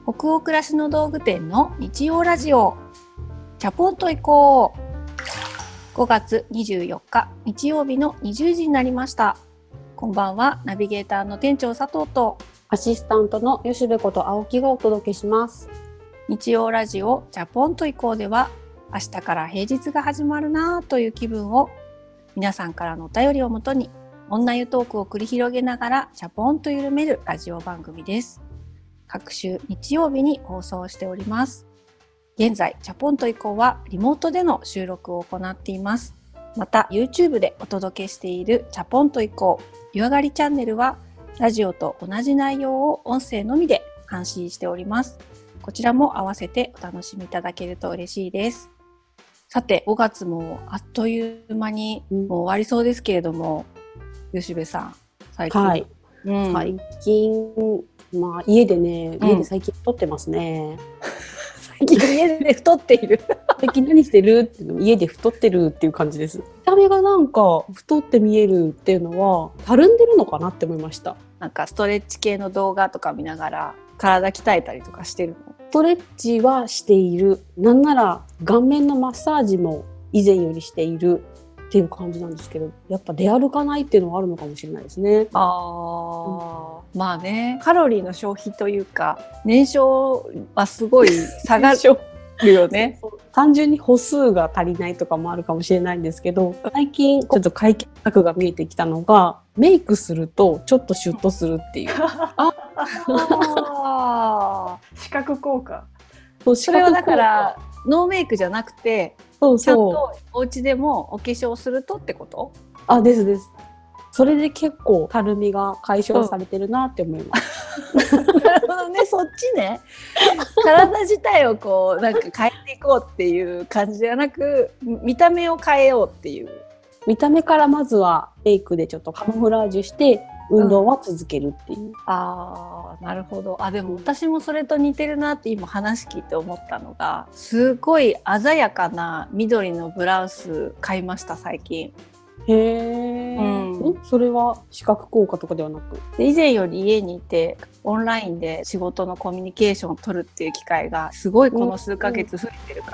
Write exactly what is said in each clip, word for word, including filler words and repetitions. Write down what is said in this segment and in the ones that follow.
北欧暮らしの道具店の日曜ラジオ、チャポンと行こう。ごがつにじゅうよっか日曜日のにじゅうじになりました。こんばんは。ナビゲーターの店長佐藤とアシスタントの吉部こと青木がお届けします。 日曜ラジオチャポンと行こうでは、明日から平日が始まるなという気分を皆さんからのお便りをもとに女湯トークを繰り広げながらチャポンと緩めるラジオ番組です。各週日曜日に放送しております。現在チャポンと行こうはリモートでの収録を行っています。また YouTube でお届けしているチャポンと行こう湯上がりチャンネルはラジオと同じ内容を音声のみで配信しております。こちらも合わせてお楽しみいただけると嬉しいです。さてごがつもあっという間にもう終わりそうですけれども、うん、吉部さん最近、 はいうん、最近まあ家でね、家で最近太ってますね。 最近家で太っている最近何してるっていうの、家で太ってるっていう感じです。見た目がなんか太って見えるっていうのはたるんでるのかなって思いました。 なんかストレッチ系の動画とか見ながら体鍛えたりとかしてるの？ ストレッチはしている。なんなら顔面のマッサージも以前よりしているっていう感じなんですけど、やっぱ出歩かないっていうのはあるのかもしれないですね。 あー、うん、まあね、カロリーの消費というか燃焼はすごい下がるよね。 単純に歩数が足りないとかもあるかもしれないんですけど、最近ちょっと解決策が見えてきたのが、メイクするとちょっとシュッとするっていう。ああ視覚効果。そう、それはだからノーメイクじゃなくて、そうそう、ちゃんとお家でもお化粧するとってこと？ あ、ですです。それで結構たるみが解消されてるなって思います。 なるほどね、そっちね。体自体をこうなんか変えていこうっていう感じじゃなく、見た目を変えようっていう。 見た目からまずはメイクでちょっとカモフラージュして運動は続けるっていう。うん、 ああ、なるほど。あ、でも私もそれと似てるなって今話聞いて思ったのが、すごい鮮やかな緑のブラウス買いました最近。 へー、うん、それは視覚効果とかではなく、 以前より家にいてオンラインで仕事のコミュニケーションを取るっていう機会がすごいこの数ヶ月増えてるから、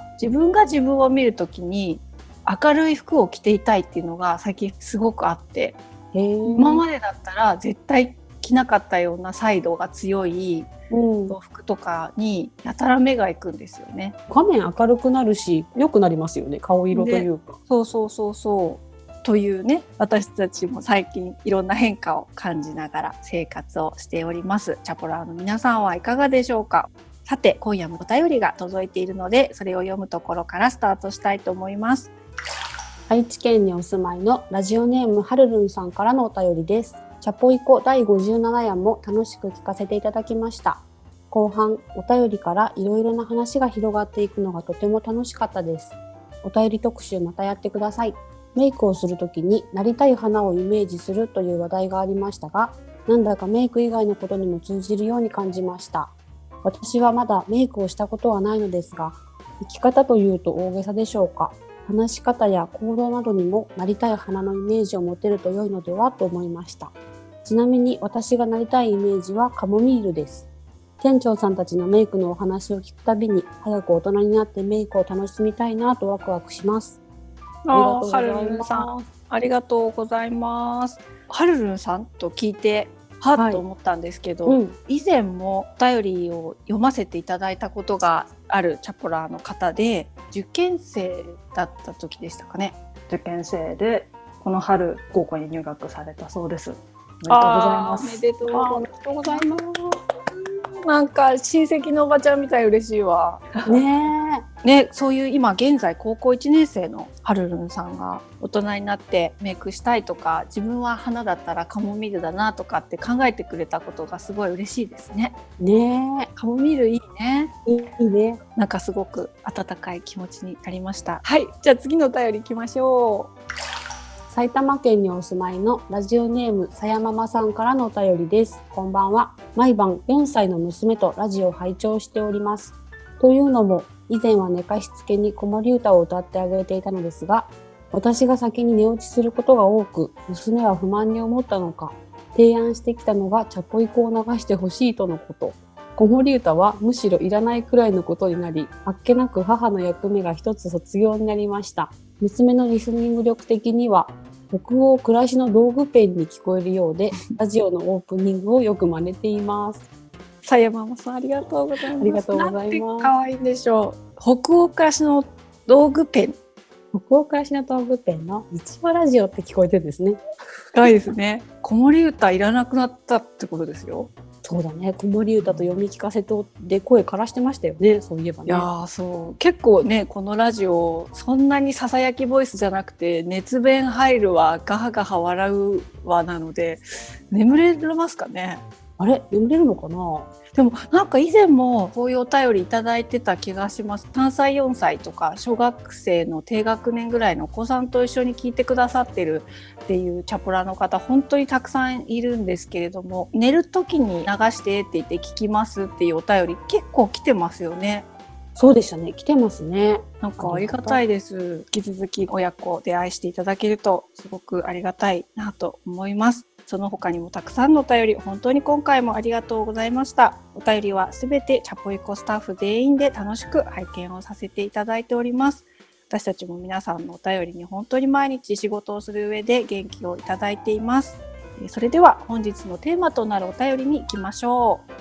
うん、自分が自分を見るときに明るい服を着ていたいっていうのが最近すごくあって、へー、今までだったら絶対着なかったようなサイドが強い服とかにやたら目が行くんですよね。 画面明るくなるし良くなりますよね、顔色というか。 そうそうそうそうというね、私たちも最近いろんな変化を感じながら生活をしております。チャポラーの皆さんはいかがでしょうか？さて今夜もお便りが届いているので、それを読むところからスタートしたいと思います。 愛知県にお住まいのラジオネームはるるんさんからのお便りです。チャポイコだいごじゅうななやんも楽しく聞かせていただきました。後半お便りからいろいろな話が広がっていくのがとても楽しかったです。お便り特集またやってください。メイクをするときになりたい花をイメージするという話題がありましたが、なんだかメイク以外のことにも通じるように感じました。私はまだメイクをしたことはないのですが、生き方というと大げさでしょうか。話し方や行動などにもなりたい花のイメージを持てると良いのではと思いました。ちなみに私がなりたいイメージはカモミールです。店長さんたちのメイクのお話を聞くたびに、早く大人になってメイクを楽しみたいなとワクワクします。 ありがとうございます。ありがとうございます。はるるんさんと聞いてはっと思ったんですけど、はい、うん、以前もお便りを読ませていただいたことがあるチャポラーの方で、受験生だった時でしたかね。 受験生でこの春高校に入学されたそうです。おめでとうございます。 おめでとうございます。なんか親戚のおばちゃんみたい嬉しいわねえね、そういう今現在高校いちねん生のはるるんさんが大人になってメイクしたいとか、自分は花だったらカモミールだなとかって考えてくれたことがすごい嬉しいですね。 ねえ、 カモミールいいね。 いいね。 なんかすごく温かい気持ちになりました。はい、じゃあ次のお便り行きましょう。 埼玉県にお住まいのラジオネームさやママさんからのお便りです。こんばんは。毎晩よんさいの娘とラジオを拝聴しております。というのも、以前は寝かしつけに子守歌を歌ってあげていたのですが、私が先に寝落ちすることが多く、娘は不満に思ったのか、提案してきたのがチャポイコを流してほしいとのこと。 子守歌はむしろいらないくらいのことになり、あっけなく母の役目が一つ卒業になりました。娘のリスニング力的には北欧暮らしの道具ペンに聞こえるようで、ラジオのオープニングをよく真似ています。 さやママさん、ありがとうございます。 ありがとうございます。 なんて可愛いんでしょう。北欧暮らしの道具ペン。 北欧暮らしの道具ペンの日話ラジオって聞こえてるんですね。 深いですね。子守歌いらなくなったってことですよ。 そうだね。子守歌と読み聞かせとで声枯らしてましたよね。そういえばね。 いやー、そう結構ね、このラジオそんなにささやきボイスじゃなくて、熱弁入るわ、ガハガハ笑うわなので、眠れますかね。 あれ、眠れるのかな。 でもなんか以前もこういうお便りいただいてた気がします。さんさいよんさいとか小学生の低学年ぐらいのお子さんと一緒に聞いてくださってるっていうチャポラの方、本当にたくさんいるんですけれども、寝る時に流してって言って聞きますっていうお便り結構来てますよね。 そうでしたね。来てますね。 なんかありがたいです。引き続き親子で愛していただけるとすごくありがたいなと思います。その他にもたくさんのお便り、本当に今回もありがとうございました。お便りはすべてチャポイコスタッフ全員で楽しく拝見をさせていただいております。私たちも皆さんのお便りに本当に毎日仕事をする上で元気をいただいています。それでは本日のテーマとなるお便りに行きましょう。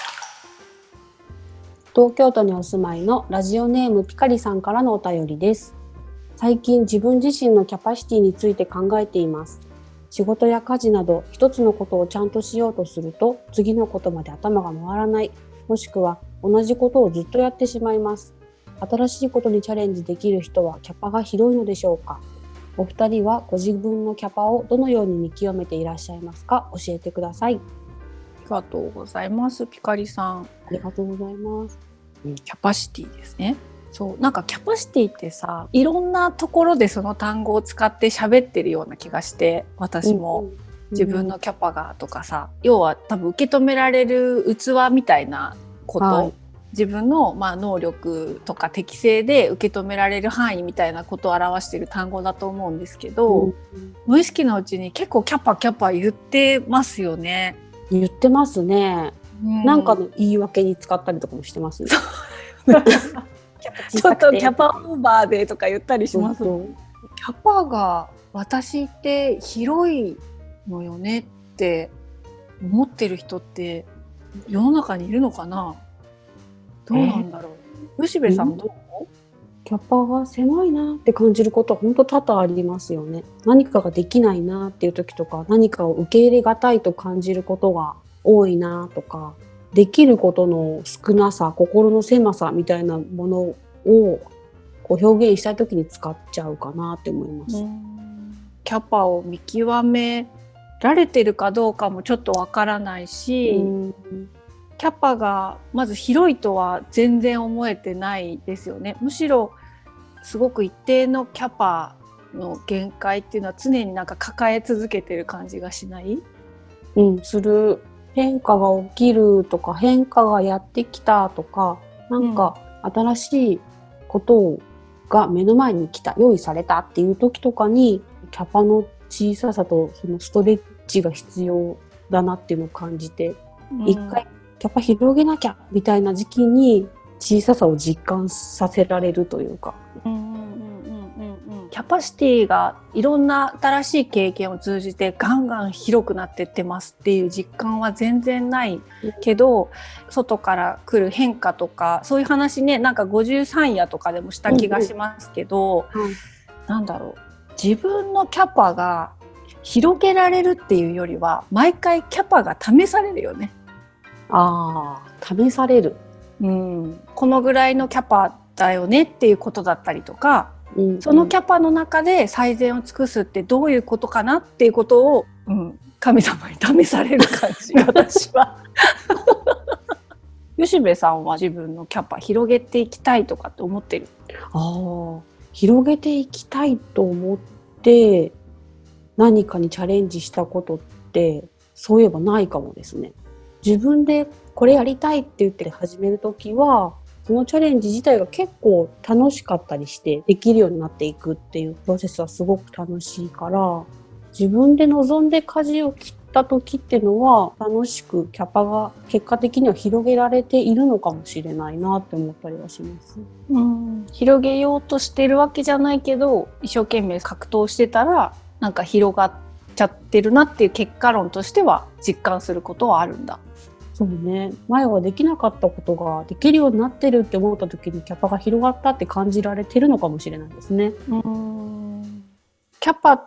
東京都にお住まいのラジオネームピカリさんからのお便りです。最近自分自身のキャパシティについて考えています。仕事や家事など一つのことをちゃんとしようとすると次のことまで頭が回らない、もしくは同じことをずっとやってしまいます。新しいことにチャレンジできる人はキャパが広いのでしょうか。お二人はご自分のキャパをどのように見極めていらっしゃいますか。教えてください。 ありがとうございます。ピカリさん、 ありがとうございます。 キャパシティですね。そう、なんかキャパシティってさ、いろんなところでその単語を使って喋ってるような気がして、私も自分のキャパがとかさ、うん、要は多分受け止められる器みたいなこと、はい、自分のまあ能力とか適性で受け止められる範囲みたいなことを表している単語だと思うんですけど、うん、無意識のうちに結構キャパキャパ言ってますよね。 言ってますね。うん、なんかの言い訳に使ったりとかもしてますね。 ちょっとキャパオーバーでとか言ったりします。キャパが私って広いのよねって思ってる人って世の中にいるのかな。どうなんだろう。吉部さんどう？ キャパが狭いなって感じることは本当多々ありますよね。何かができないなっていう時とか、何かを受け入れがたいと感じることが多いなとか、できることの少なさ、心の狭さみたいなものをこう表現したいときに使っちゃうかなって思います。 うん、キャパを見極められてるかどうかもちょっとわからないし、うん、キャパがまず広いとは全然思えてないですよね。むしろすごく一定のキャパの限界っていうのは常になんか抱え続けてる感じがしない？ うん、する。変化が起きるとか、変化がやってきたとか、なんか新しいことが目の前に来た、用意されたっていう時とかに、キャパの小ささとそのストレッチが必要だなっていうのを感じて、うん、一回キャパ広げなきゃみたいな時期に小ささを実感させられるというか、 うんキャパシティがいろんな新しい経験を通じてガンガン広くなってってますっていう実感は全然ないけど、うん、外から来る変化とかそういう話ね、なんかごじゅうさん夜とかでもした気がしますけど、うんうん、なんだろう、自分のキャパが広げられるっていうよりは毎回キャパが試されるよね。 あー、試される、 うん、このぐらいのキャパだよねっていうことだったりとか、うんうん、そのキャパの中で最善を尽くすってどういうことかなっていうことを、うん、神様に試される感じ私は吉部さんは自分のキャパ広げていきたいとかって思ってる？ あ、広げていきたいと思って何かにチャレンジしたことってそういえばないかもですね。自分でこれやりたいって言って始めるときはそのチャレンジ自体が結構楽しかったりしてできるようになっていくっていうプロセスはすごく楽しいから、自分で望んで舵を切っった時っていうのは楽しくキャパが結果的には広げられているのかもしれないなって思ったりはします。 うん、広げようとしてるわけじゃないけど一生懸命格闘してたらなんか広がっちゃってるなっていう結果論としては実感することはあるんだ。 そうね、前はできなかったことができるようになってるって思った時にキャパが広がったって感じられてるのかもしれないですね。 うーん、キャパって、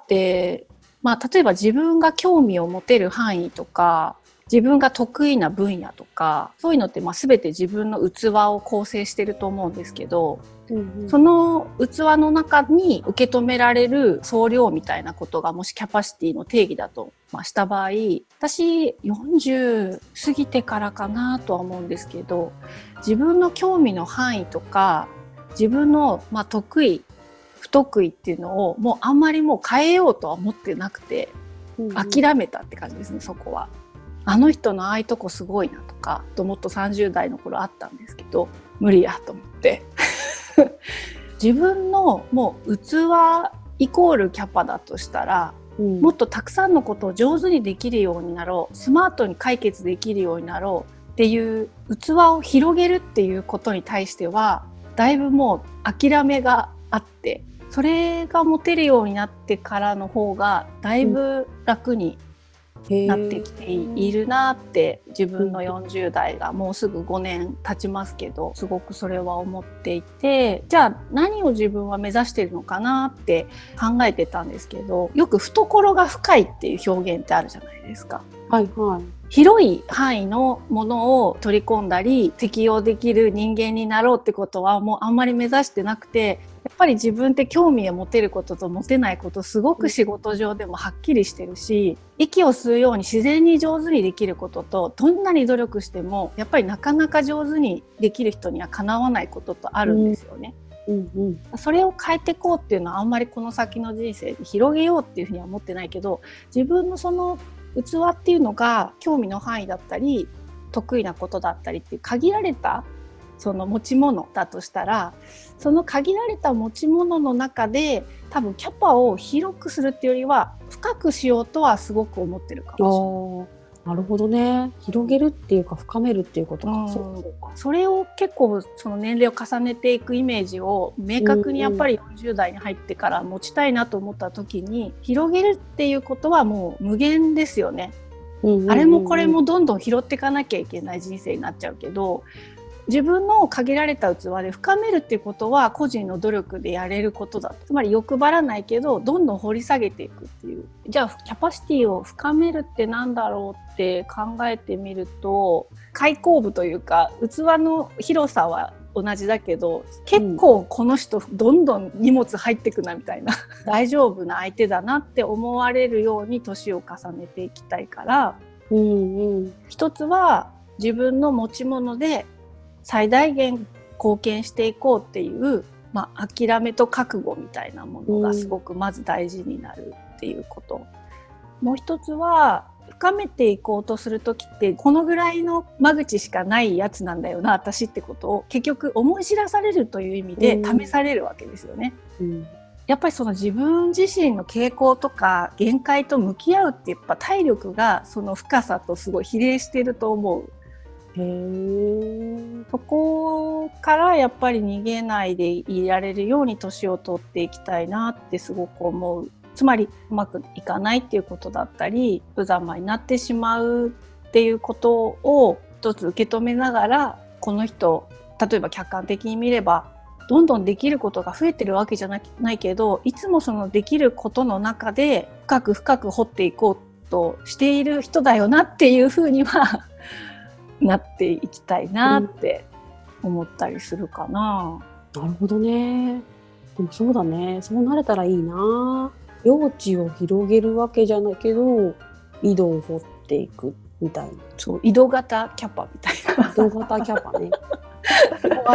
まあ、例えば自分が興味を持てる範囲とか自分が得意な分野とかそういうのってまあ全て自分の器を構成してると思うんですけど、うんうん、その器の中に受け止められる総量みたいなことがもしキャパシティの定義だと、まあ、した場合、私よんじゅう過ぎてからかなとは思うんですけど、自分の興味の範囲とか自分のまあ得意不得意っていうのをもうあんまりもう変えようとは思ってなくて、うんうん、諦めたって感じですね。そこはあの人のああいうとこすごいなとかともっとさんじゅう代の頃あったんですけど無理やと思って自分のもう器イコールキャパだとしたら、うん、もっとたくさんのことを上手にできるようになろう、スマートに解決できるようになろうっていう器を広げるっていうことに対してはだいぶもう諦めがあって、それが持てるようになってからの方がだいぶ楽になってきているなって自分のよんじゅう代がもうすぐごねん経ちますけどすごくそれは思っていて、じゃあ何を自分は目指しているのかなって考えてたんですけど、よく懐が深いっていう表現ってあるじゃないですか。 はいはい。 広い範囲のものを取り込んだり適用できる人間になろうってことはもうあんまり目指してなくて、やっぱり自分って興味を持てることと持てないことすごく仕事上でもはっきりしてるし、息を吸うように自然に上手にできることとどんなに努力してもやっぱりなかなか上手にできる人にはかなわないこととあるんですよね。うんうん、それを変えていこうっていうのはあんまりこの先の人生に広げようっていうふうには思ってないけど、自分のその器っていうのが興味の範囲だったり得意なことだったりっていう限られたその持ち物だとしたら、その限られた持ち物の中で多分キャパを広くするっていうよりは深くしようとはすごく思ってるかもしれない。 なるほどね。広げるっていうか深めるっていうことか。うん、 そうそうか。それを結構その年齢を重ねていくイメージを明確にやっぱりよんじゅう代に入ってから持ちたいなと思った時に、広げるっていうことはもう無限ですよね。うんうんうんうん、あれもこれもどんどん拾っていかなきゃいけない人生になっちゃうけど、自分の限られた器で深めるっていうことは個人の努力でやれることだ。つまり欲張らないけどどんどん掘り下げていくっていう。じゃあキャパシティを深めるってなんだろうって考えてみると、開口部というか器の広さは同じだけど結構この人どんどん荷物入ってくなみたいな大丈夫な相手だなって思われるように年を重ねていきたいから、うんうん、一つは自分の持ち物で最大限貢献していこうっていう、まあ、諦めと覚悟みたいなものがすごくまず大事になるっていうこと、うん、もう一つは深めていこうとするときってこのぐらいの間口しかないやつなんだよな私ってことを結局思い知らされるという意味で試されるわけですよね、うんうん、やっぱりその自分自身の傾向とか限界と向き合うってやっぱ体力がその深さとすごい比例していると思う。へー、そこからやっぱり逃げないでいられるように年を取っていきたいなってすごく思う。つまりうまくいかないっていうことだったり無様になってしまうっていうことを一つ受け止めながら、この人例えば客観的に見ればどんどんできることが増えてるわけじゃないけど、いつもそのできることの中で深く深く掘っていこうとしている人だよなっていうふうにはなっていきたいなって思ったりするかな、 うん、なるほどね。でもそうだね、そうなれたらいいな。領地を広げるわけじゃないけど井戸を掘っていくみたいな。 そう、井戸型キャパみたいな。 井戸型キャパね。そこが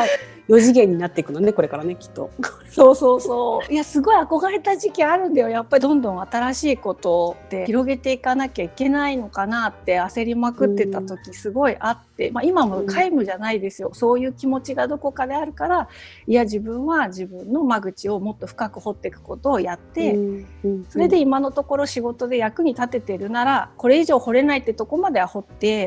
よ次元になっていくのね、これからね、きっと。 そうそうそう。いや、すごい憧れた時期あるんだよ。やっぱりどんどん新しいことで広げていかなきゃいけないのかなって焦りまくってた時すごいあって、まあ、今も皆無じゃないですよ。そういう気持ちがどこかであるから、いや自分は自分の間口をもっと深く掘っていくことをやって、それで今のところ仕事で役に立ててるなら、これ以上掘れないってとこまでは掘って、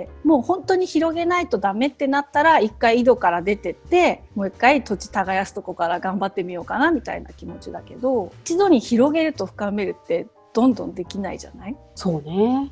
もう本当に広げないとダメってなったら一回井戸から出てって、もう一回土地耕すとこから頑張ってみようかなみたいな気持ちだけど、一度に広げると深めるってどんどんできないじゃない？ そうね。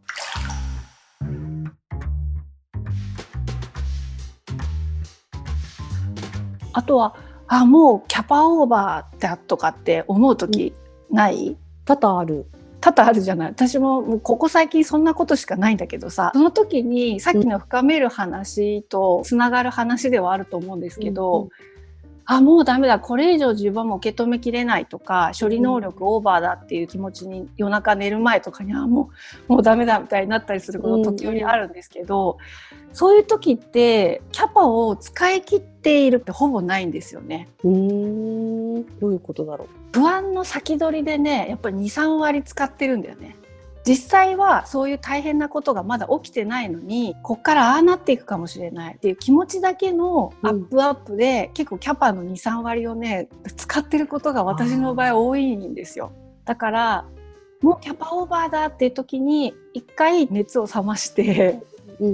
あとはあもうキャパオーバーだとかって思う時ない？うん、 多々ある。 多々あるじゃない。私ももうここ最近そんなことしかないんだけどさ、その時にさっきの深める話とつながる話ではあると思うんですけど、うんうん、あもうダメだ、これ以上自分はもう受け止めきれないとか、処理能力オーバーだっていう気持ちに夜中寝る前とかにあもうもうダメだみたいになったりすること時折あるんですけど、うんうん、そういう時ってキャパを使い切っているってほぼないんですよね。 うーん、どういうことだろう。 不安の先取りでね、やっぱり にさん 割使ってるんだよね。実際はそういう大変なことがまだ起きてないのに、こっからああなっていくかもしれないっていう気持ちだけのアップアップで、うん、結構キャパの にさん 割をね使ってることが私の場合多いんですよ。だからもうキャパオーバーだっていう時に一回熱を冷ましてうん、うん、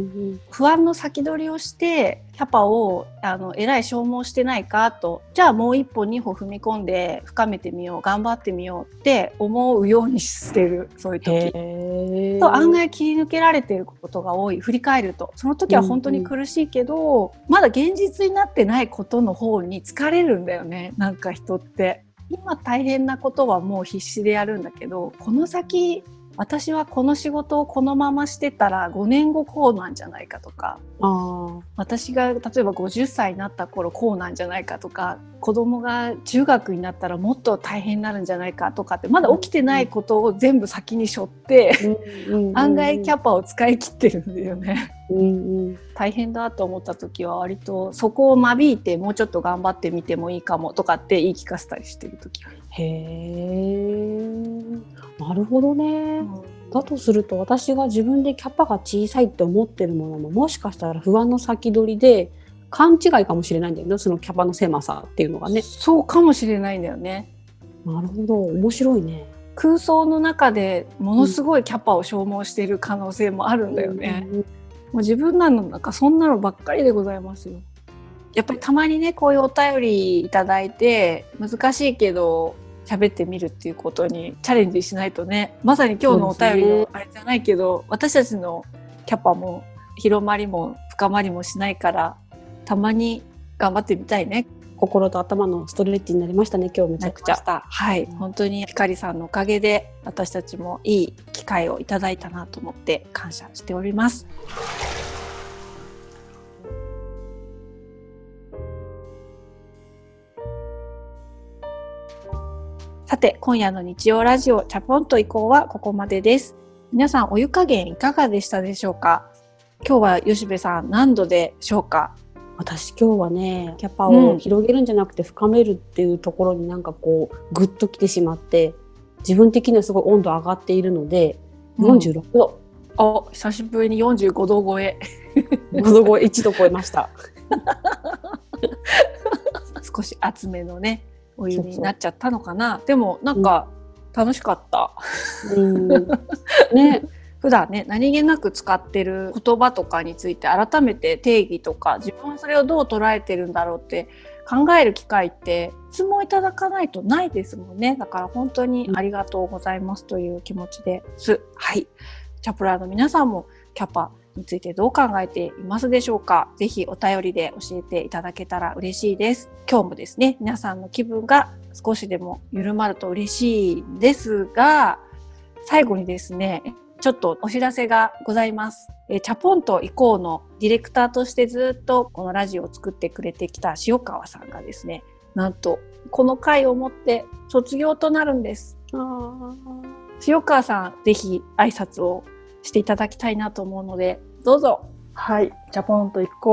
不安の先取りをしてキャパをあのえらい消耗してないかと、じゃあもう一歩二歩踏み込んで深めてみよう、頑張ってみようって思うようにしてる。そういう時と案外切り抜けられてることが多い。振り返るとその時は本当に苦しいけど、うんうん、まだ現実になってないことの方に疲れるんだよね。なんか人って今大変なことはもう必死でやるんだけど、この先私はこの仕事をこのまましてたらごねんごこうなんじゃないかとか、あ私が例えばごじゅっさいになった頃こうなんじゃないかとか、子供が中学になったらもっと大変になるんじゃないかとかって、まだ起きてないことを全部先に背負って、うん、案外キャパを使い切ってるんだよね。うんうん、大変だと思った時は割とそこを間引いてもうちょっと頑張ってみてもいいかもとかって言い聞かせたりしてる時が。 へー、なるほどね、うん、だとすると私が自分でキャパが小さいって思ってるものももしかしたら不安の先取りで勘違いかもしれないんだよね、そのキャパの狭さっていうのがね。 そうかもしれないんだよね。 なるほど、面白いね。 空想の中でものすごいキャパを消耗している可能性もあるんだよね、うんうんうん、もう自分なのなんかそんなのばっかりでございますよ。やっぱりたまにねこういうお便りいただいて難しいけど喋ってみるっていうことにチャレンジしないとね、まさに今日のお便りのあれじゃないけど、私たちのキャパも広まりも深まりもしないから、たまに頑張ってみたいね。 心と頭のストレッチになりましたね、今日めちゃくちゃ。 はい、本当にひかりさんのおかげで私たちもいい機会をいただいたなと思って感謝しております。さて今夜の日曜ラジオチャポンと移行はここまでです。皆さんお湯加減いかがでしたでしょうか。今日は吉部さん何度でしょうか。 私今日はねキャパを広げるんじゃなくて深めるっていうところになんかこうグッときてしまって、自分的にはすごい温度上がっているので、うん、よんじゅうろくど。 あ、久しぶりによんじゅうごど超えごど超えいちど超えました少し厚めのねお湯になっちゃったのかな。そうそう、でもなんか楽しかった、うん、ね普段ね何気なく使ってる言葉とかについて改めて定義とか、自分はそれをどう捉えてるんだろうって考える機会って質問いただかないとないですもんね。だから本当にありがとうございますという気持ちです。はい、チャプラーの皆さんもキャパについてどう考えていますでしょうか。ぜひお便りで教えていただけたら嬉しいです。今日もですね皆さんの気分が少しでも緩まると嬉しいんですが、最後にですねちょっとお知らせがございます。えチャポンと移行のディレクターとしてずっとこのラジオを作ってくれてきた塩川さんがですね、なんとこの回をもって卒業となるんです。あ塩川さんぜひ挨拶をしていただきたいなと思うのでどうぞ。 はい、チャポンと移行が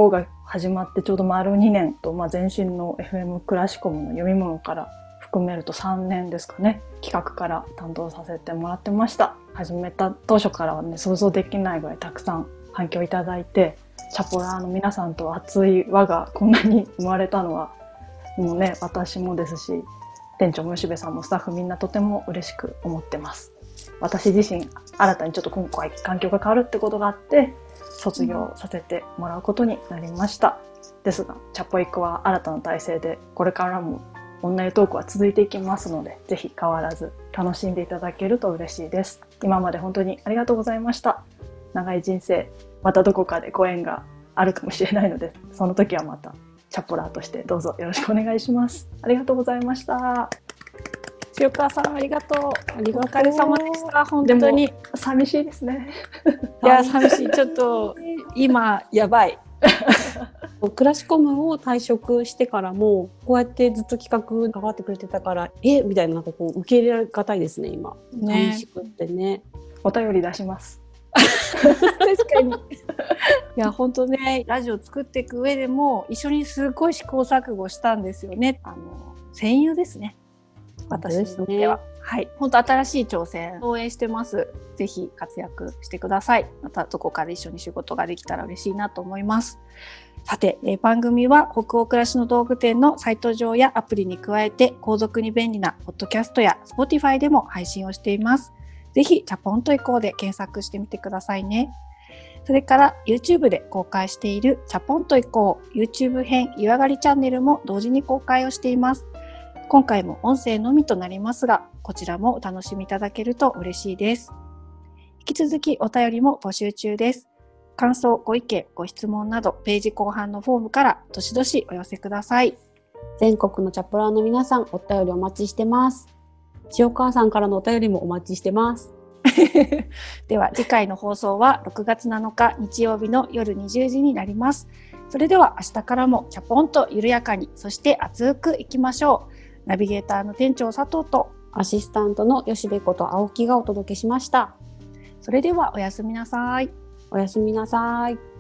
始まってちょうど丸にねんと、まあ、前身の エフエム クラシコムの読み物から含めるとさんねんですかね、企画から担当させてもらってました。始めた当初からはね、想像できないぐらいたくさん反響いただいて、チャポラーの皆さんと熱い輪がこんなに生まれたのはもうね、私もですし、店長も吉部さんもスタッフみんなとても嬉しく思ってます。私自身新たにちょっと今回環境が変わるってことがあって卒業させてもらうことになりました、うん、ですがチャポイコは新たな体制でこれからも女湯トークは続いていきますので、ぜひ変わらず楽しんでいただけると嬉しいです。今まで本当にありがとうございました。長い人生またどこかでご縁があるかもしれないので、その時はまたチャポラーとしてどうぞよろしくお願いします。ありがとうございました。 塩川さんありがとう。ありがとう。お疲れ様でした。本当に寂しいですね。 いや寂しい。ちょっと今やばい。 クラシコムを退職してからもこうやってずっと企画関わってくれてたからえみたいな、なんかこう受け入れがたいですね今。 ね、 寂しくってね。 お便り出します。 確かに。いや本当ね、ラジオ作っていく上でも一緒にすごい試行錯誤したんですよね。あの戦友ですね。私にとっては、ね、はい、本当新しい挑戦応援してます。ぜひ活躍してください。またどこかで一緒に仕事ができたら嬉しいなと思います。さて、えー、番組は北欧暮らしの道具店のサイト上やアプリに加えて購読に便利なポッドキャストや Spotify でも配信をしています。ぜひチャポンといこうで検索してみてくださいね。それから YouTube で公開しているチャポンといこう YouTube 編湯上がりチャンネルも同時に公開をしています。今回も音声のみとなりますが、こちらもお楽しみいただけると嬉しいです。引き続きお便りも募集中です。感想、ご意見、ご質問などページ後半のフォームからどしどしお寄せください。 全国のチャポラーの皆さん、お便りお待ちしてます。塩川さんからのお便りもお待ちしてます。 では次回の放送はろくがつなのか日曜日の夜にじゅうじになります。それでは明日からもチャポンと緩やかに、そして熱くいきましょう。ナビゲーターの店長佐藤とアシスタントの吉部こと青木がお届けしました。 それではおやすみなさい。 おやすみなさい。